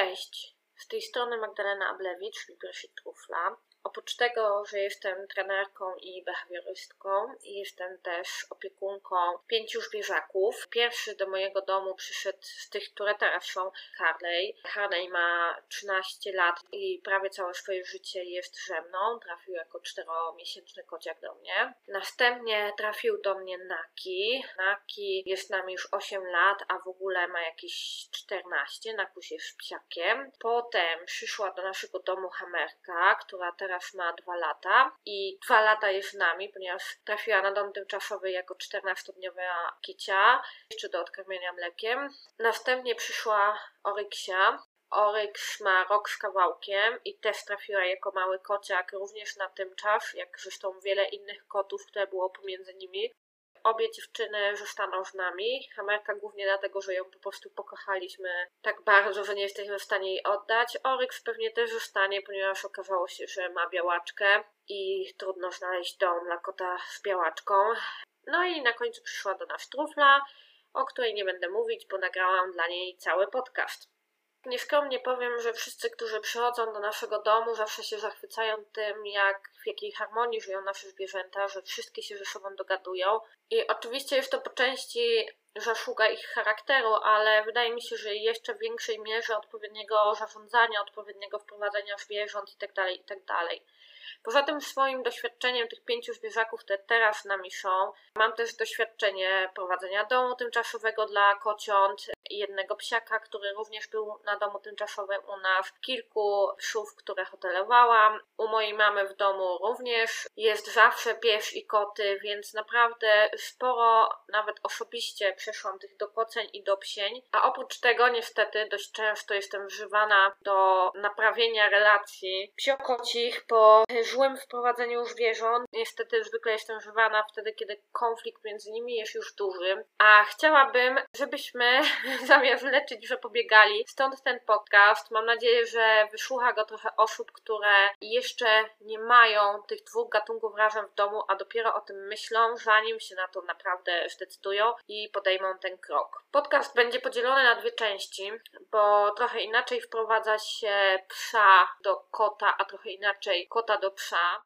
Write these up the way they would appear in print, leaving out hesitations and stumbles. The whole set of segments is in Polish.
Cześć, z tej strony Magdalena Ablewicz, Librosi Trufla. Oprócz tego, że jestem trenerką i behawiorystką, jestem też opiekunką 5 zwierzaków. Pierwszy do mojego domu przyszedł z tych, które teraz są, Harley. Harley ma 13 lat i prawie całe swoje życie jest ze mną. Trafił jako 4-miesięczny kociak do mnie. Następnie trafił do mnie Naki. Naki jest z nami już 8 lat, a w ogóle ma jakieś 14. Nakuś jest psiakiem. Potem przyszła do naszego domu Hamerka, która teraz ma 2 lata i 2 lata jest z nami, ponieważ trafiła na dom tymczasowy jako 14-dniowa kicia, jeszcze do odkarmienia mlekiem. Następnie przyszła Oryksia. Oryks ma rok z kawałkiem i też trafiła jako mały kociak, również na tymczas, jak zresztą wiele innych kotów, które było pomiędzy nimi. Obie dziewczyny zostaną z nami. Hamerka głównie dlatego, że ją po prostu pokochaliśmy tak bardzo, że nie jesteśmy w stanie jej oddać. Oryks pewnie też zostanie, ponieważ okazało się, że ma białaczkę i trudno znaleźć dom dla kota z białaczką. No i na końcu przyszła do nas Trufla, o której nie będę mówić, bo nagrałam dla niej cały podcast. Nieskromnie powiem, że wszyscy, którzy przychodzą do naszego domu, zawsze się zachwycają tym, w jakiej harmonii żyją nasze zwierzęta, że wszystkie się ze sobą dogadują. I oczywiście jest to po części zasługa ich charakteru, ale wydaje mi się, że jeszcze w większej mierze odpowiedniego zarządzania, odpowiedniego wprowadzenia zwierząt itd., itd. Poza tym swoim doświadczeniem tych 5 zwierzaków, które teraz z nami są, mam też doświadczenie prowadzenia domu tymczasowego dla kociąt i jednego psiaka, który również był na domu tymczasowym u nas, kilku psów, które hotelowałam. U mojej mamy w domu również jest zawsze pies i koty, więc naprawdę sporo, nawet osobiście przeszłam tych dokoceń i dopsień, a oprócz tego niestety dość często jestem wzywana do naprawienia relacji psiokocich po złym wprowadzeniu zwierząt. Niestety zwykle jestem wzywana wtedy, kiedy konflikt między nimi jest już duży, a chciałabym, żebyśmy zamiast leczyć zapobiegali. Stąd ten podcast. Mam nadzieję, że wysłucha go trochę osób, które jeszcze nie mają tych 2 gatunków razem w domu, a dopiero o tym myślą, zanim się na to naprawdę zdecydują i podejmą ten krok. Podcast będzie podzielony na 2 części, bo trochę inaczej wprowadza się psa do kota, a trochę inaczej kota do psa.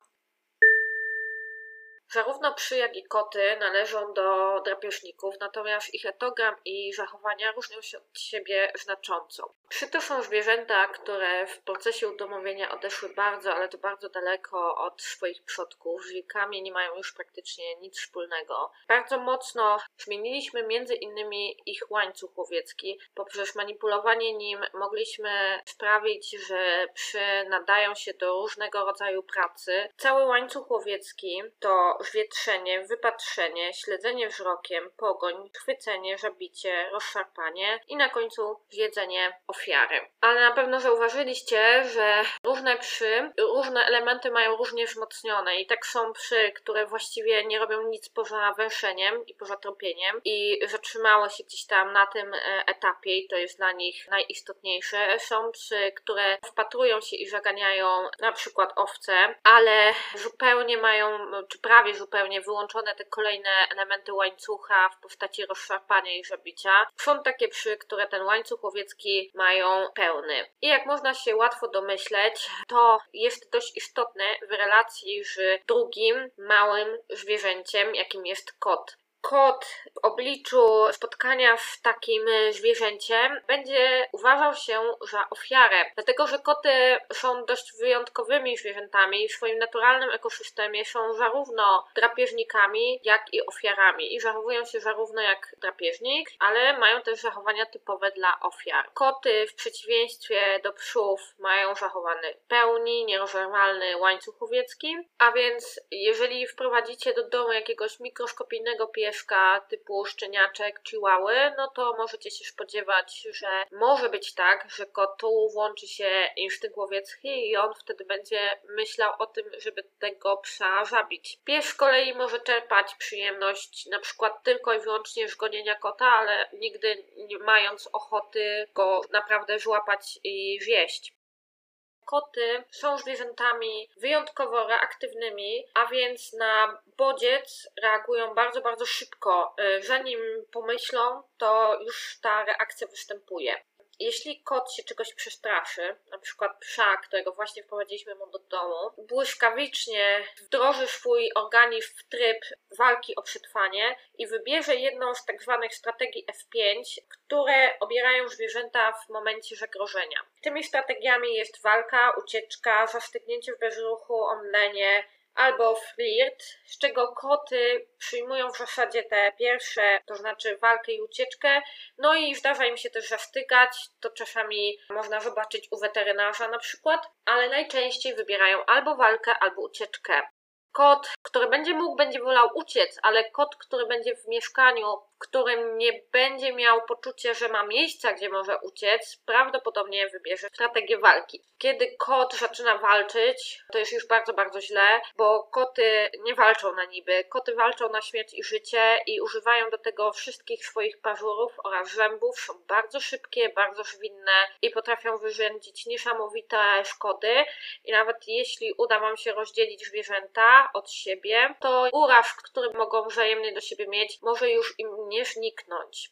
Zarówno psy, jak i koty należą do drapieżników, natomiast ich etogram i zachowania różnią się od siebie znacząco. Psy to są zwierzęta, które w procesie udomowienia odeszły bardzo, ale to bardzo daleko od swoich przodków. Z wilkami nie mają już praktycznie nic wspólnego. Bardzo mocno zmieniliśmy między innymi ich łańcuch łowiecki. Poprzez manipulowanie nim mogliśmy sprawić, że psy nadają się do różnego rodzaju pracy. Cały łańcuch łowiecki to zwietrzenie, wypatrzenie, śledzenie wzrokiem, pogoń, chwycenie, zabicie, rozszarpanie i na końcu zjedzenie ofiary. Ale na pewno zauważyliście, że różne psy, różne elementy mają różnie wzmocnione i tak są psy, które właściwie nie robią nic poza węszeniem i poza tropieniem i zatrzymały się gdzieś tam na tym etapie i to jest dla nich najistotniejsze. Są psy, które wpatrują się i zaganiają na przykład owce, ale zupełnie mają, czy prawie zupełnie wyłączone te kolejne elementy łańcucha w postaci rozszarpania i zabicia. Są takie psy, które ten łańcuch łowiecki mają pełny. I jak można się łatwo domyśleć, to jest dość istotne w relacji z drugim małym zwierzęciem, jakim jest kot. Kot w obliczu spotkania z takim zwierzęciem będzie uważał się za ofiarę, dlatego że koty są dość wyjątkowymi zwierzętami. W swoim naturalnym ekosystemie są zarówno drapieżnikami, jak i ofiarami i zachowują się zarówno jak drapieżnik, ale mają też zachowania typowe dla ofiar. Koty w przeciwieństwie do psów mają zachowany pełni, nierozerwalny łańcuch łowiecki, a więc jeżeli wprowadzicie do domu jakiegoś mikroskopijnego pieska typu szczeniaczek, chihuały, no to możecie się spodziewać, że może być tak, że kotu włączy się instynkt łowiecki i on wtedy będzie myślał o tym, żeby tego psa zabić. Pies z kolei może czerpać przyjemność na przykład tylko i wyłącznie z gonienia kota, ale nigdy nie mając ochoty go naprawdę złapać i zjeść. Koty są zwierzętami wyjątkowo reaktywnymi, a więc na bodziec reagują bardzo, bardzo szybko. Zanim pomyślą, to już ta reakcja występuje. jeśli kot się czegoś przestraszy, na przykład psa, którego właśnie wprowadziliśmy mu do domu, błyskawicznie wdroży swój organizm w tryb walki o przetrwanie i wybierze jedną z tak zwanych strategii F5, które obierają zwierzęta w momencie zagrożenia. Tymi strategiami jest walka, ucieczka, zastygnięcie w bezruchu, omdlenie albo flirt, z czego koty przyjmują w zasadzie te pierwsze, to znaczy walkę i ucieczkę, no i zdarza im się też zastygać, to czasami można zobaczyć u weterynarza na przykład, ale najczęściej wybierają albo walkę, albo ucieczkę. Kot, który będzie mógł, będzie wolał uciec, ale kot, który będzie w mieszkaniu, w którym nie będzie miał poczucia, że ma miejsca, gdzie może uciec, prawdopodobnie wybierze strategię walki. Kiedy kot zaczyna walczyć, to jest już bardzo, bardzo źle, bo koty nie walczą na niby. Koty walczą na śmierć i życie i używają do tego wszystkich swoich pazurów oraz zębów. Są bardzo szybkie, bardzo zwinne i potrafią wyrządzić niesamowite szkody. I nawet jeśli uda wam się rozdzielić zwierzęta od siebie, to uraz, który mogą wzajemnie do siebie mieć, może już im nie zniknąć.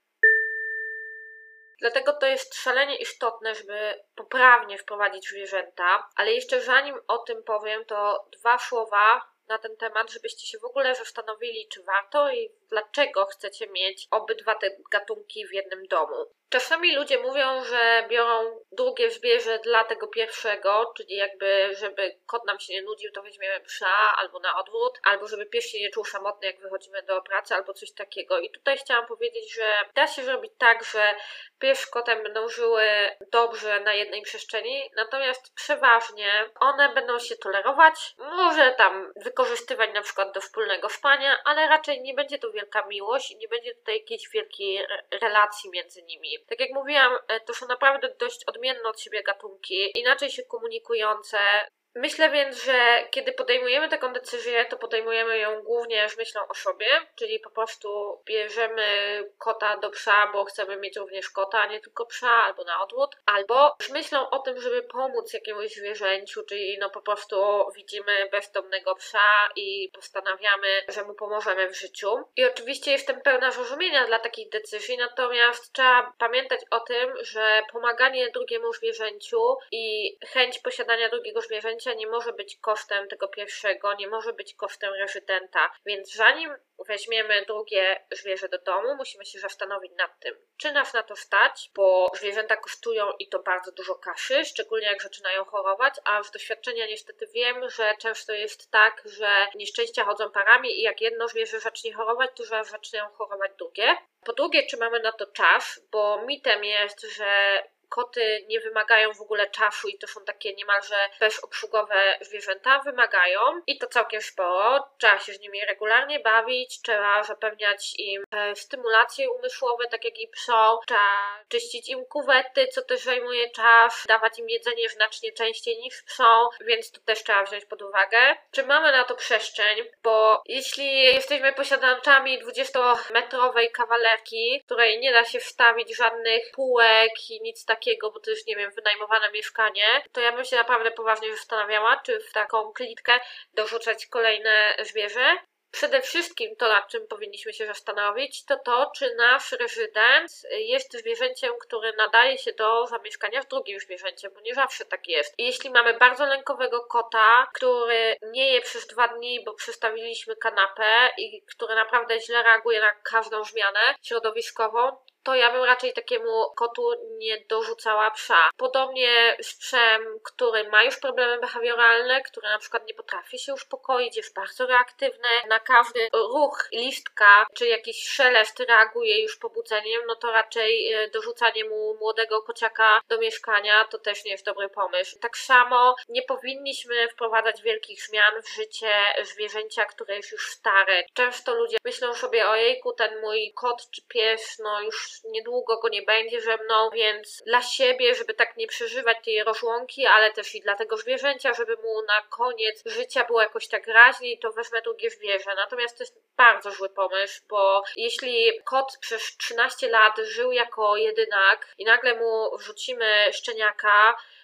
Dlatego to jest szalenie istotne, żeby poprawnie wprowadzić zwierzęta, ale jeszcze zanim o tym powiem, to 2 słowa na ten temat, żebyście się w ogóle zastanowili, czy warto i dlaczego chcecie mieć obydwa te gatunki w jednym domu. Czasami ludzie mówią, że biorą drugie zwierzę dla tego pierwszego, czyli jakby, żeby kot nam się nie nudził, to weźmiemy psa, albo na odwrót, albo żeby pies się nie czuł samotny, jak wychodzimy do pracy, albo coś takiego. I tutaj chciałam powiedzieć, że da się zrobić tak, że pies z kotem będą żyły dobrze na jednej przestrzeni, natomiast przeważnie one będą się tolerować, może tam wykorzystywać na przykład do wspólnego spania, ale raczej nie będzie to wielka miłość i nie będzie tutaj jakiejś wielkiej relacji między nimi. Tak jak mówiłam, to są naprawdę dość odmienne od siebie gatunki, inaczej się komunikujące. Myślę więc, że kiedy podejmujemy taką decyzję, to podejmujemy ją głównie z myślą o sobie, czyli po prostu bierzemy kota do psa, bo chcemy mieć również kota, a nie tylko psa, albo na odwrót, albo z myślą o tym, żeby pomóc jakiemuś zwierzęciu, czyli po prostu widzimy bezdomnego psa i postanawiamy, że mu pomożemy w życiu. I oczywiście jestem pełna zrozumienia dla takich decyzji, natomiast trzeba pamiętać o tym, że pomaganie drugiemu zwierzęciu i chęć posiadania drugiego zwierzęcia nie może być kosztem tego pierwszego, nie może być kosztem rezydenta, więc zanim weźmiemy drugie zwierzę do domu, musimy się zastanowić nad tym, czy nas na to stać, bo zwierzęta kosztują i to bardzo dużo kasy, szczególnie jak zaczynają chorować, a z doświadczenia niestety wiem, że często jest tak, że nieszczęścia chodzą parami i jak jedno zwierzę zacznie chorować, to zaraz zaczynają chorować drugie. Po drugie, czy mamy na to czas, bo mitem jest, że koty nie wymagają w ogóle czasu i to są takie niemalże bezobsługowe zwierzęta, wymagają i to całkiem sporo. Trzeba się z nimi regularnie bawić, trzeba zapewniać im stymulacje umysłowe, tak jak i psom, trzeba czyścić im kuwety, co też zajmuje czas, dawać im jedzenie znacznie częściej niż psom, więc to też trzeba wziąć pod uwagę. Czy mamy na to przestrzeń? Bo jeśli jesteśmy posiadaczami 20-metrowej kawalerki, której nie da się wstawić żadnych półek i nic takiego, bo to jest, nie wiem, wynajmowane mieszkanie, to ja bym się naprawdę poważnie zastanawiała, czy w taką klitkę dorzucać kolejne zwierzę. Przede wszystkim to, nad czym powinniśmy się zastanowić, to czy nasz rezydent jest zwierzęciem, które nadaje się do zamieszkania w drugim zwierzęcie, bo nie zawsze tak jest. I jeśli mamy bardzo lękowego kota, który nie je przez 2 dni, bo przestawiliśmy kanapę i który naprawdę źle reaguje na każdą zmianę środowiskową, to ja bym raczej takiemu kotu nie dorzucała psa. Podobnie z psem, który ma już problemy behawioralne, który na przykład nie potrafi się uspokoić, jest bardzo reaktywny, na każdy ruch listka czy jakiś szelest reaguje już pobudzeniem, no to raczej dorzucanie mu młodego kociaka do mieszkania to też nie jest dobry pomysł. Tak samo nie powinniśmy wprowadzać wielkich zmian w życie zwierzęcia, które jest już stare. Często ludzie myślą sobie, ojejku, ten mój kot czy pies, no już niedługo go nie będzie ze mną, więc dla siebie, żeby tak nie przeżywać tej rozłąki, ale też i dla tego zwierzęcia, żeby mu na koniec życia było jakoś tak raźniej, to wezmę drugie zwierzę. Natomiast to jest bardzo zły pomysł, bo jeśli kot przez 13 lat żył jako jedynak i nagle mu wrzucimy szczeniaka,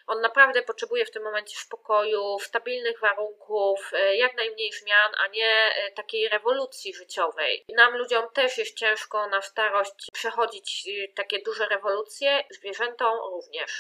On naprawdę potrzebuje w tym momencie spokoju, stabilnych warunków, jak najmniej zmian, a nie takiej rewolucji życiowej. Nam ludziom też jest ciężko na starość przechodzić takie duże rewolucje, zwierzętom również.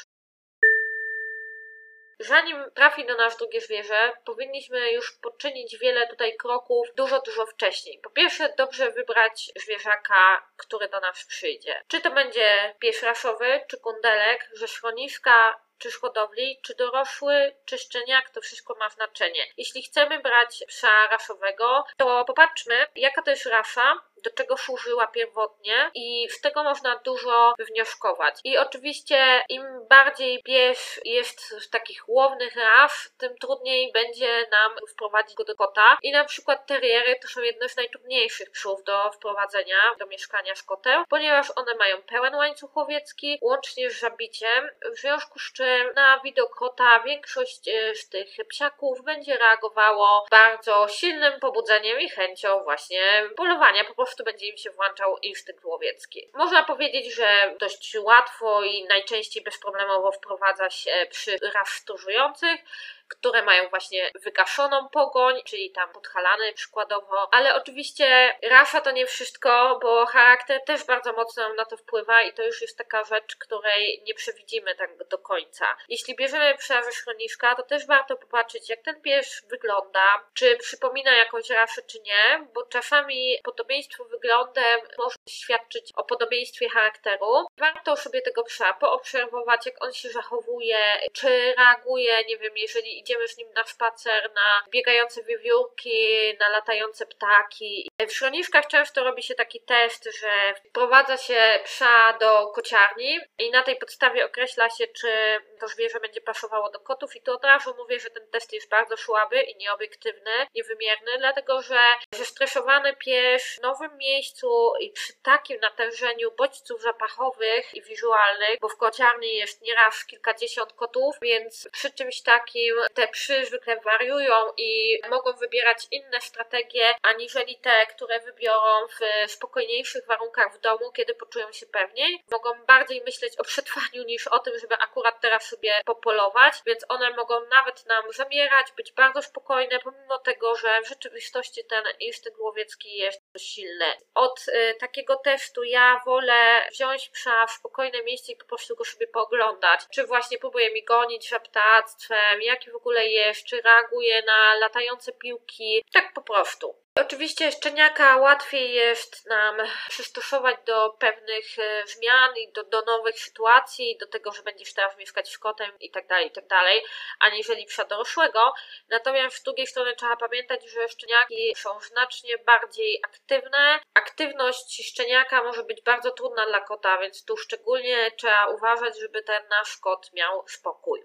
Zanim trafi do nas drugie zwierzę, powinniśmy już poczynić wiele tutaj kroków dużo wcześniej. Po pierwsze, dobrze wybrać zwierzaka, który do nas przyjdzie. Czy to będzie pies raszowy, czy kundelek, ze schroniska, czy z hodowli, czy dorosły, czy szczeniak, to wszystko ma znaczenie. Jeśli chcemy brać psa raszowego, to popatrzmy, jaka to jest rasza, do czego służyła pierwotnie i z tego można dużo wywnioskować. I oczywiście im bardziej pies jest z takich łownych ras, tym trudniej będzie nam wprowadzić go do kota. I na przykład teriery to są jedne z najtrudniejszych psów do wprowadzenia do mieszkania z kotem, ponieważ one mają pełen łańcuch łowiecki, łącznie z zabiciem, w związku z czym na widok kota większość z tych psiaków będzie reagowało bardzo silnym pobudzeniem i chęcią właśnie polowania. Po prostu będzie im się włączał instynkt łowiecki. Można powiedzieć, że dość łatwo i najczęściej bezproblemowo wprowadza się przy ras stróżujących, które mają właśnie wygaszoną pogoń, czyli tam podhalany przykładowo, ale oczywiście rasa to nie wszystko, bo charakter też bardzo mocno na to wpływa i to już jest taka rzecz, której nie przewidzimy tak do końca. Jeśli bierzemy psa ze schroniska, to też warto popatrzeć, jak ten pies wygląda, czy przypomina jakąś rasę, czy nie, bo czasami podobieństwo wyglądem może świadczyć o podobieństwie charakteru. Warto sobie tego psa poobserwować, jak on się zachowuje, czy reaguje, nie wiem, jeżeli idziemy z nim na spacer, na biegające wiewiórki, na latające ptaki. W schroniskach często robi się taki test, że wprowadza się psa do kociarni i na tej podstawie określa się, czy to zwierzę będzie pasowało do kotów i to od razu mówię, że ten test jest bardzo słaby i nieobiektywny, niewymierny, dlatego że zestresowany pies w nowym miejscu i przy takim natężeniu bodźców zapachowych i wizualnych, bo w kociarni jest nieraz kilkadziesiąt kotów, więc przy czymś takim te psy zwykle wariują i mogą wybierać inne strategie, aniżeli te, które wybiorą w spokojniejszych warunkach w domu, kiedy poczują się pewniej. Mogą bardziej myśleć o przetrwaniu niż o tym, żeby akurat teraz sobie popolować, więc one mogą nawet nam zamierać, być bardzo spokojne, pomimo tego, że w rzeczywistości ten instynkt łowiecki jest silny. Od takiego testu ja wolę wziąć psa w spokojne miejsce i po prostu go sobie pooglądać. Czy właśnie próbuje mi gonić za ptactwem, jaki w ogóle jest, czy reaguje na latające piłki, tak po prostu. Oczywiście szczeniaka łatwiej jest nam przystosować do pewnych zmian i do nowych sytuacji, do tego, że będziesz teraz mieszkać z kotem i tak dalej, aniżeli psa dorosłego. Natomiast z drugiej strony trzeba pamiętać, że szczeniaki są znacznie bardziej aktywne. Aktywność szczeniaka może być bardzo trudna dla kota, więc tu szczególnie trzeba uważać, żeby ten nasz kot miał spokój.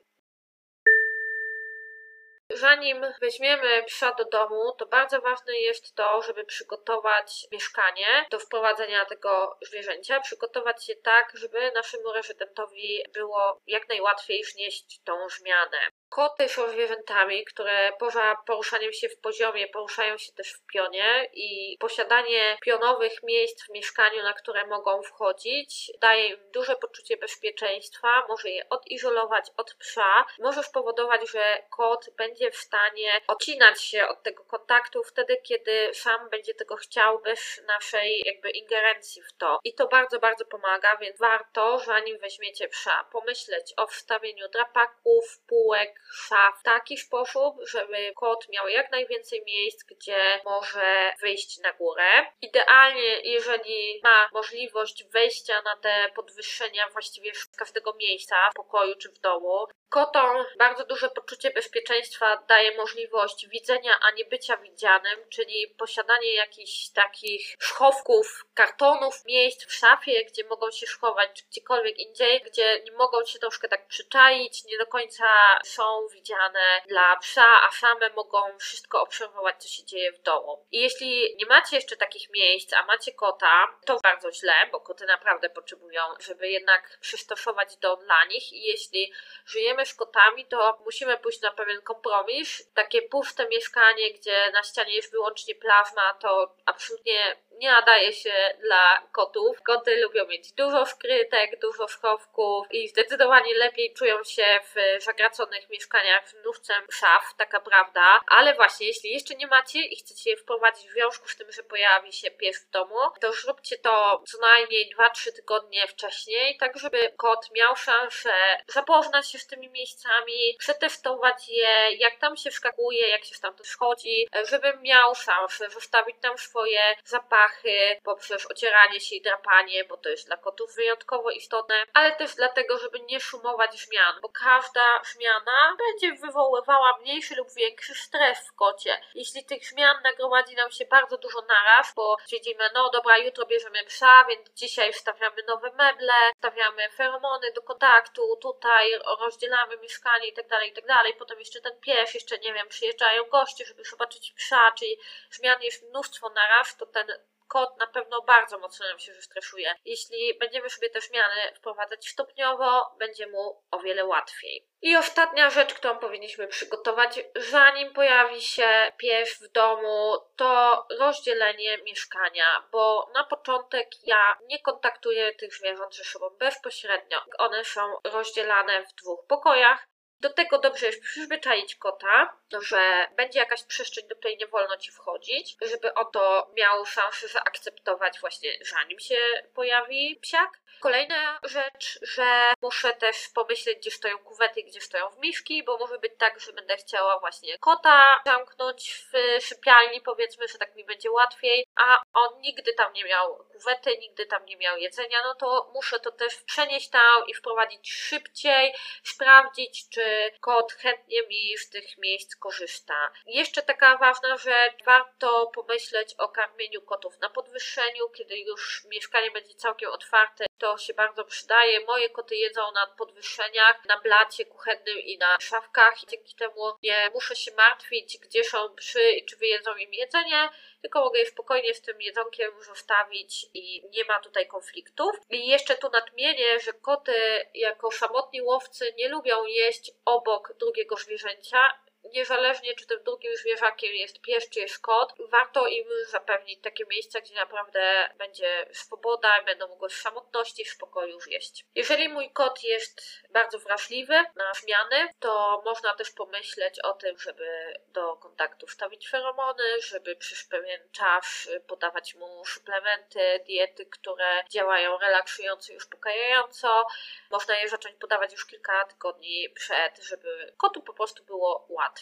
Zanim weźmiemy psa do domu, to bardzo ważne jest to, żeby przygotować mieszkanie do wprowadzenia tego zwierzęcia, przygotować je tak, żeby naszemu rezydentowi było jak najłatwiej znieść tą zmianę. Koty są zwierzętami, które poza poruszaniem się w poziomie, poruszają się też w pionie i posiadanie pionowych miejsc w mieszkaniu, na które mogą wchodzić, daje im duże poczucie bezpieczeństwa, może je odizolować od psa, może spowodować, że kot będzie w stanie odcinać się od tego kontaktu wtedy, kiedy sam będzie tego chciał, bez naszej jakby ingerencji w to. I to bardzo pomaga, więc warto, zanim weźmiecie psa, pomyśleć o wstawieniu drapaków, półek, szaf w taki sposób, żeby kot miał jak najwięcej miejsc, gdzie może wyjść na górę. Idealnie, jeżeli ma możliwość wejścia na te podwyższenia właściwie z każdego miejsca, w pokoju czy w domu. Kotom bardzo duże poczucie bezpieczeństwa daje możliwość widzenia, a nie bycia widzianym, czyli posiadanie jakichś takich schowków, kartonów, miejsc w szafie, gdzie mogą się schować, czy gdziekolwiek indziej, gdzie nie mogą się troszkę tak przyczaić, nie do końca są widziane dla psa, a same mogą wszystko obserwować, co się dzieje w domu. I jeśli nie macie jeszcze takich miejsc, a macie kota, to bardzo źle, bo koty naprawdę potrzebują, żeby jednak przystosować dom dla nich i jeśli żyjemy z kotami, to musimy pójść na pewien kompromis. Takie puste mieszkanie, gdzie na ścianie jest wyłącznie plazma, to absolutnie nie nadaje się dla kotów. Koty lubią mieć dużo skrytek, dużo schowków i zdecydowanie lepiej czują się w zagraconych mieszkaniach z mnóstwem szaf, taka prawda. Ale właśnie, jeśli jeszcze nie macie i chcecie je wprowadzić w związku z tym, że pojawi się pies w domu, to zróbcie to co najmniej 2-3 tygodnie wcześniej, tak żeby kot miał szansę zapoznać się z tymi miejscami, przetestować je, jak tam się wskakuje, jak się stamtąd schodzi, żeby miał szansę zostawić tam swoje zapachy poprzez ocieranie się i drapanie, bo to jest dla kotów wyjątkowo istotne, ale też dlatego, żeby nie szumować zmian, bo każda zmiana będzie wywoływała mniejszy lub większy stres w kocie. Jeśli tych zmian nagromadzi nam się bardzo dużo naraz, bo stwierdzimy, no dobra, jutro bierzemy psa, więc dzisiaj wstawiamy nowe meble, wstawiamy feromony do kontaktu, tutaj rozdzielamy mieszkanie i tak dalej, potem jeszcze ten pies, jeszcze nie wiem, przyjeżdżają goście, żeby zobaczyć psa, czyli zmian jest mnóstwo naraz, to ten kot na pewno bardzo mocno nam się zestresuje. Jeśli będziemy sobie te zmiany wprowadzać stopniowo, będzie mu o wiele łatwiej. I ostatnia rzecz, którą powinniśmy przygotować, zanim pojawi się pies w domu, to rozdzielenie mieszkania, bo na początek ja nie kontaktuję tych zwierząt ze sobą bezpośrednio. One są rozdzielane w 2 pokojach. Do tego dobrze jest przyzwyczaić kota, że będzie jakaś przestrzeń, do której nie wolno ci wchodzić, żeby on to miał szansę zaakceptować właśnie zanim się pojawi psiak. Kolejna rzecz, że muszę też pomyśleć, gdzie stoją kuwety, gdzie stoją wmiszki, bo może być tak, że będę chciała właśnie kota zamknąć w sypialni, powiedzmy, że tak mi będzie łatwiej, a on nigdy tam nie miał kuwety, nigdy tam nie miał jedzenia, no to muszę to też przenieść tam i wprowadzić szybciej, sprawdzić, czy kot chętnie mi z tych miejsc korzysta. Jeszcze taka ważna rzecz, warto pomyśleć o karmieniu kotów na podwyższeniu, kiedy już mieszkanie będzie całkiem otwarte, to się bardzo przydaje. Moje koty jedzą na podwyższeniach, na blacie kuchennym i na szafkach i dzięki temu nie muszę się martwić, gdzie są psy i czy wyjedzą im jedzenie, tylko mogę je spokojnie z tym jedzonkiem zostawić i nie ma tutaj konfliktów. I jeszcze tu nadmienię, że koty jako samotni łowcy nie lubią jeść obok drugiego zwierzęcia. Niezależnie czy tym drugim zwierzakiem jest pies czy jest kot, warto im zapewnić takie miejsca, gdzie naprawdę będzie swoboda, będą mogły w samotności, w spokoju zjeść. Jeżeli mój kot jest bardzo wrażliwy na zmiany, to można też pomyśleć o tym, żeby do kontaktu wstawić feromony, żeby przez pewien czas podawać mu suplementy, diety, które działają relaksująco i uspokajająco. Można je zacząć podawać już kilka tygodni przed, żeby kotu po prostu było łatwiej.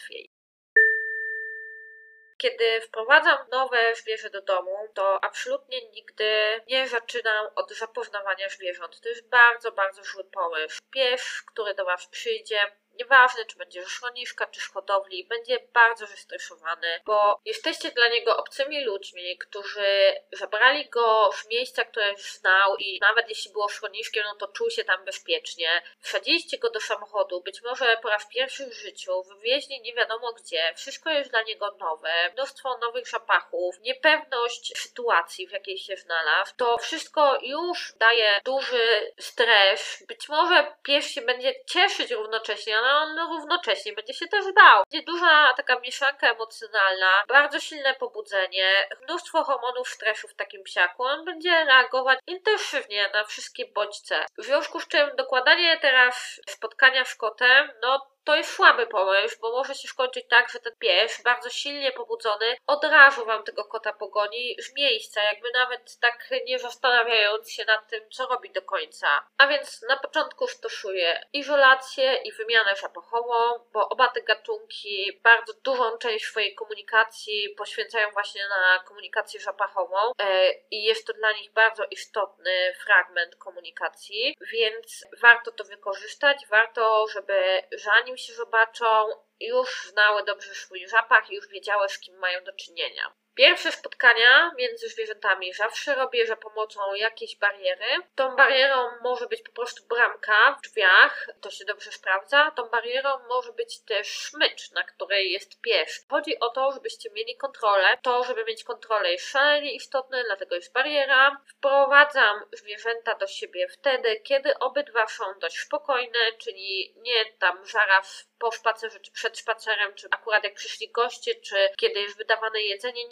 Kiedy wprowadzam nowe zwierzę do domu, to absolutnie nigdy nie zaczynam od zapoznawania zwierząt. To jest bardzo, bardzo zły pomysł. Pies, który do Was przyjdzie, nieważne czy będzie ze schroniska czy z hodowli, będzie bardzo zestresowany, bo jesteście dla niego obcymi ludźmi, którzy zabrali go w miejsca, które znał i nawet jeśli było schroniskiem, no to czuł się tam bezpiecznie. Wsadziliście go do samochodu, być może po raz pierwszy w życiu, wywieźli nie wiadomo gdzie, wszystko jest dla niego nowe, mnóstwo nowych zapachów, niepewność sytuacji, w jakiej się znalazł. To wszystko już daje duży stres. Być może pies się będzie cieszyć równocześnie, ale on równocześnie będzie się też bał. Będzie duża taka mieszanka emocjonalna, bardzo silne pobudzenie, mnóstwo hormonów stresu w takim psiaku. On będzie reagować intensywnie na wszystkie bodźce. W związku z czym dokładanie teraz spotkania z kotem, no to jest słaby pomysł, bo może się skończyć tak, że ten pies, bardzo silnie pobudzony, od razu Wam tego kota pogoni z miejsca, jakby nawet tak nie zastanawiając się nad tym, co robi do końca. A więc na początku stosuję izolację i wymianę zapachową, bo oba te gatunki bardzo dużą część swojej komunikacji poświęcają właśnie na komunikację zapachową i jest to dla nich bardzo istotny fragment komunikacji, więc warto to wykorzystać, warto, żeby zanim się zobaczą, już znały dobrze swój zapach i już wiedziały, z kim mają do czynienia. Pierwsze spotkania między zwierzętami zawsze robię za pomocą jakiejś bariery. Tą barierą może być po prostu bramka w drzwiach, to się dobrze sprawdza. Tą barierą może być też smycz, na której jest pies. Chodzi o to, żebyście mieli kontrolę. To, żeby mieć kontrolę jest szalenie istotne, dlatego jest bariera. Wprowadzam zwierzęta do siebie wtedy, kiedy obydwa są dość spokojne, czyli nie tam zaraz po spacerze, czy przed spacerem, czy akurat jak przyszli goście, czy kiedy jest wydawane jedzenie, nie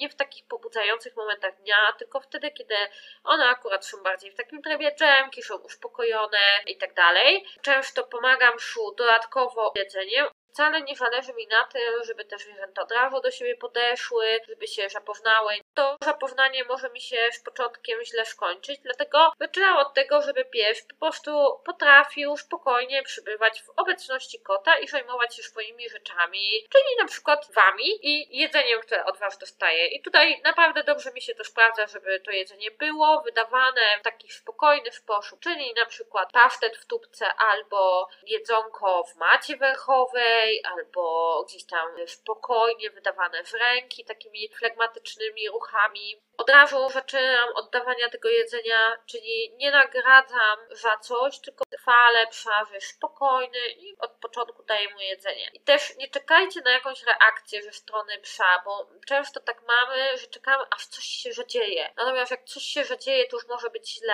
nie w takich pobudzających momentach dnia, tylko wtedy, kiedy one akurat są bardziej w takim trybie dżemki, są uspokojone i tak dalej. Często pomagam psu dodatkowo jedzeniem. Wcale nie zależy mi na tym, żeby te zwierzęta od razu do siebie podeszły, żeby się zapoznały. To zapoznanie może mi się z początkiem źle skończyć, dlatego zaczynam od tego, żeby pies po prostu potrafił spokojnie przybywać w obecności kota i zajmować się swoimi rzeczami, czyli na przykład wami i jedzeniem, które od was dostaje. I tutaj naprawdę dobrze mi się to sprawdza, żeby to jedzenie było wydawane w taki spokojny sposób, czyli na przykład pasztet w tubce albo jedzonko w macie węchowej, albo gdzieś tam spokojnie wydawane z ręki, takimi flegmatycznymi ruchami. Od razu zaczynam od dawania tego jedzenia, czyli nie nagradzam za coś, tylko chwalę psa, że jest spokojny i od początku daję mu jedzenie. I też nie czekajcie na jakąś reakcję ze strony psa, bo często tak mamy, że czekamy, aż coś się zadzieje. Natomiast jak coś się zadzieje, to już może być źle.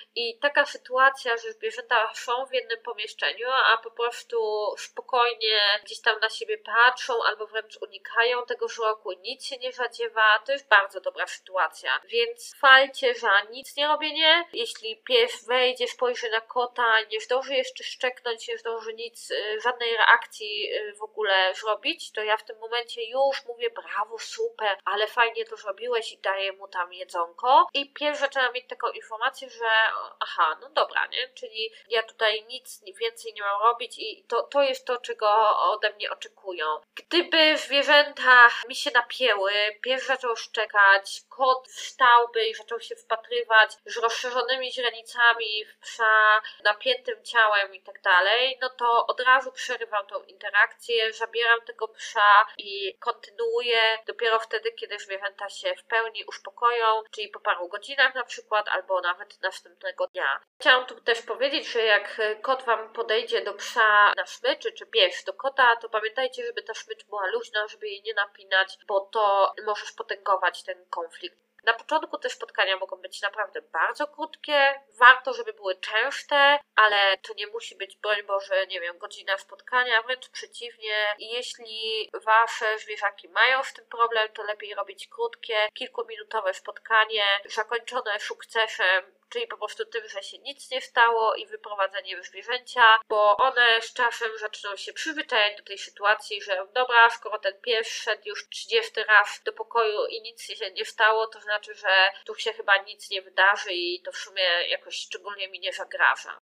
I taka sytuacja, że zwierzęta są w jednym pomieszczeniu, a po prostu spokojnie gdzieś tam na siebie patrzą albo wręcz unikają tego wzroku, nic się nie zadziewa, to jest bardzo dobra sytuacja. Więc chwalcie za nic nie robienie. Jeśli pies wejdzie, spojrzy na kota, nie zdąży jeszcze szczeknąć, nie zdąży nic, żadnej reakcji w ogóle zrobić, to ja w tym momencie już mówię brawo, super, ale fajnie to zrobiłeś i daję mu tam jedzonko. I pies zaczyna mieć taką informację, że aha, no dobra, nie? Czyli ja tutaj nic więcej nie mam robić i to jest to, czego ode mnie oczekują. Gdyby zwierzęta mi się napięły, pies zaczął szczekać, kot wstałby i zaczął się wpatrywać z rozszerzonymi źrenicami w psa, napiętym ciałem i tak dalej, no to od razu przerywam tą interakcję, zabieram tego psa i kontynuuję dopiero wtedy, kiedy zwierzęta się w pełni uspokoją, czyli po paru godzinach na przykład, albo nawet następnego dnia. Chciałam tu też powiedzieć, że jak kot wam podejdzie do psa na smyczy, czy pies do kota, to pamiętajcie, żeby ta smycz była luźna, żeby jej nie napinać, bo to może spotęgować ten konflikt. Na początku te spotkania mogą być naprawdę bardzo krótkie, warto, żeby były częste, ale to nie musi być, broń Boże, nie wiem, godzina spotkania, wręcz przeciwnie. I jeśli wasze zwierzaki mają z tym problem, to lepiej robić krótkie, kilkuminutowe spotkanie, zakończone sukcesem, czyli po prostu tym, że się nic nie stało i wyprowadzenie zwierzęcia, bo one z czasem zaczną się przyzwyczajać do tej sytuacji, że dobra, skoro ten pies szedł już 30 raz do pokoju i nic się nie stało, to znaczy, że tu się chyba nic nie wydarzy i to w sumie jakoś szczególnie mi nie zagraża.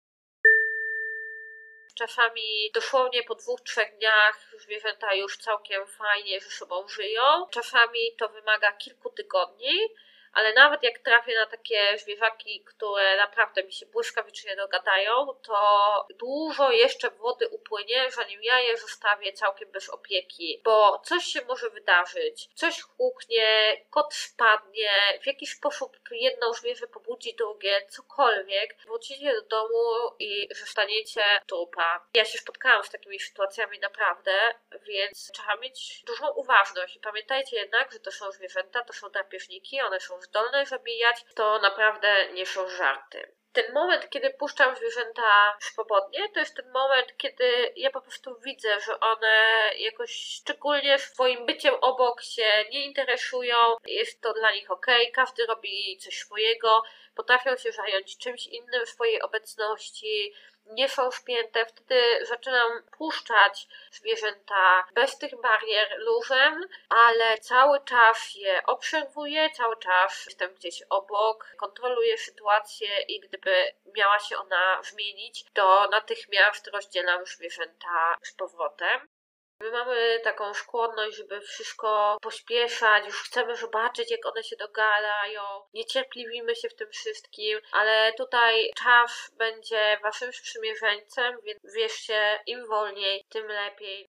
Czasami dosłownie po 2-3 dniach zwierzęta już całkiem fajnie ze sobą żyją. Czasami to wymaga kilku tygodni, ale nawet jak trafię na takie zwierzaki, które naprawdę mi się błyskawicznie dogadają, to dużo jeszcze wody upłynie, zanim ja je zostawię całkiem bez opieki, bo coś się może wydarzyć, coś huknie, kot spadnie, w jakiś sposób jedno zwierzę pobudzi drugie, cokolwiek, wrócicie do domu i zostaniecie trupa. Ja się spotkałam z takimi sytuacjami naprawdę, więc trzeba mieć dużą uważność i pamiętajcie jednak, że to są zwierzęta, to są drapieżniki, one są zdolne zabijać, to naprawdę nie są żarty. Ten moment, kiedy puszczam zwierzęta swobodnie, to jest ten moment, kiedy ja po prostu widzę, że one jakoś szczególnie swoim byciem obok się nie interesują, jest to dla nich okej, każdy robi coś swojego, potrafią się zająć czymś innym w swojej obecności, nie są spięte, wtedy zaczynam puszczać zwierzęta bez tych barier luzem, ale cały czas je obserwuję, cały czas jestem gdzieś obok, kontroluję sytuację i gdyby miała się ona zmienić, to natychmiast rozdzielam zwierzęta z powrotem. My mamy taką skłonność, żeby wszystko pośpieszać, już chcemy zobaczyć, jak one się dogadają, niecierpliwimy się w tym wszystkim, ale tutaj czas będzie waszym sprzymierzeńcem, więc wierzcie, im wolniej, tym lepiej.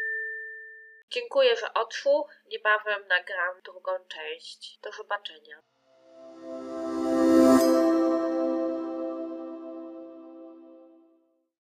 Dziękuję za odsłuch, niebawem nagram drugą część. Do zobaczenia.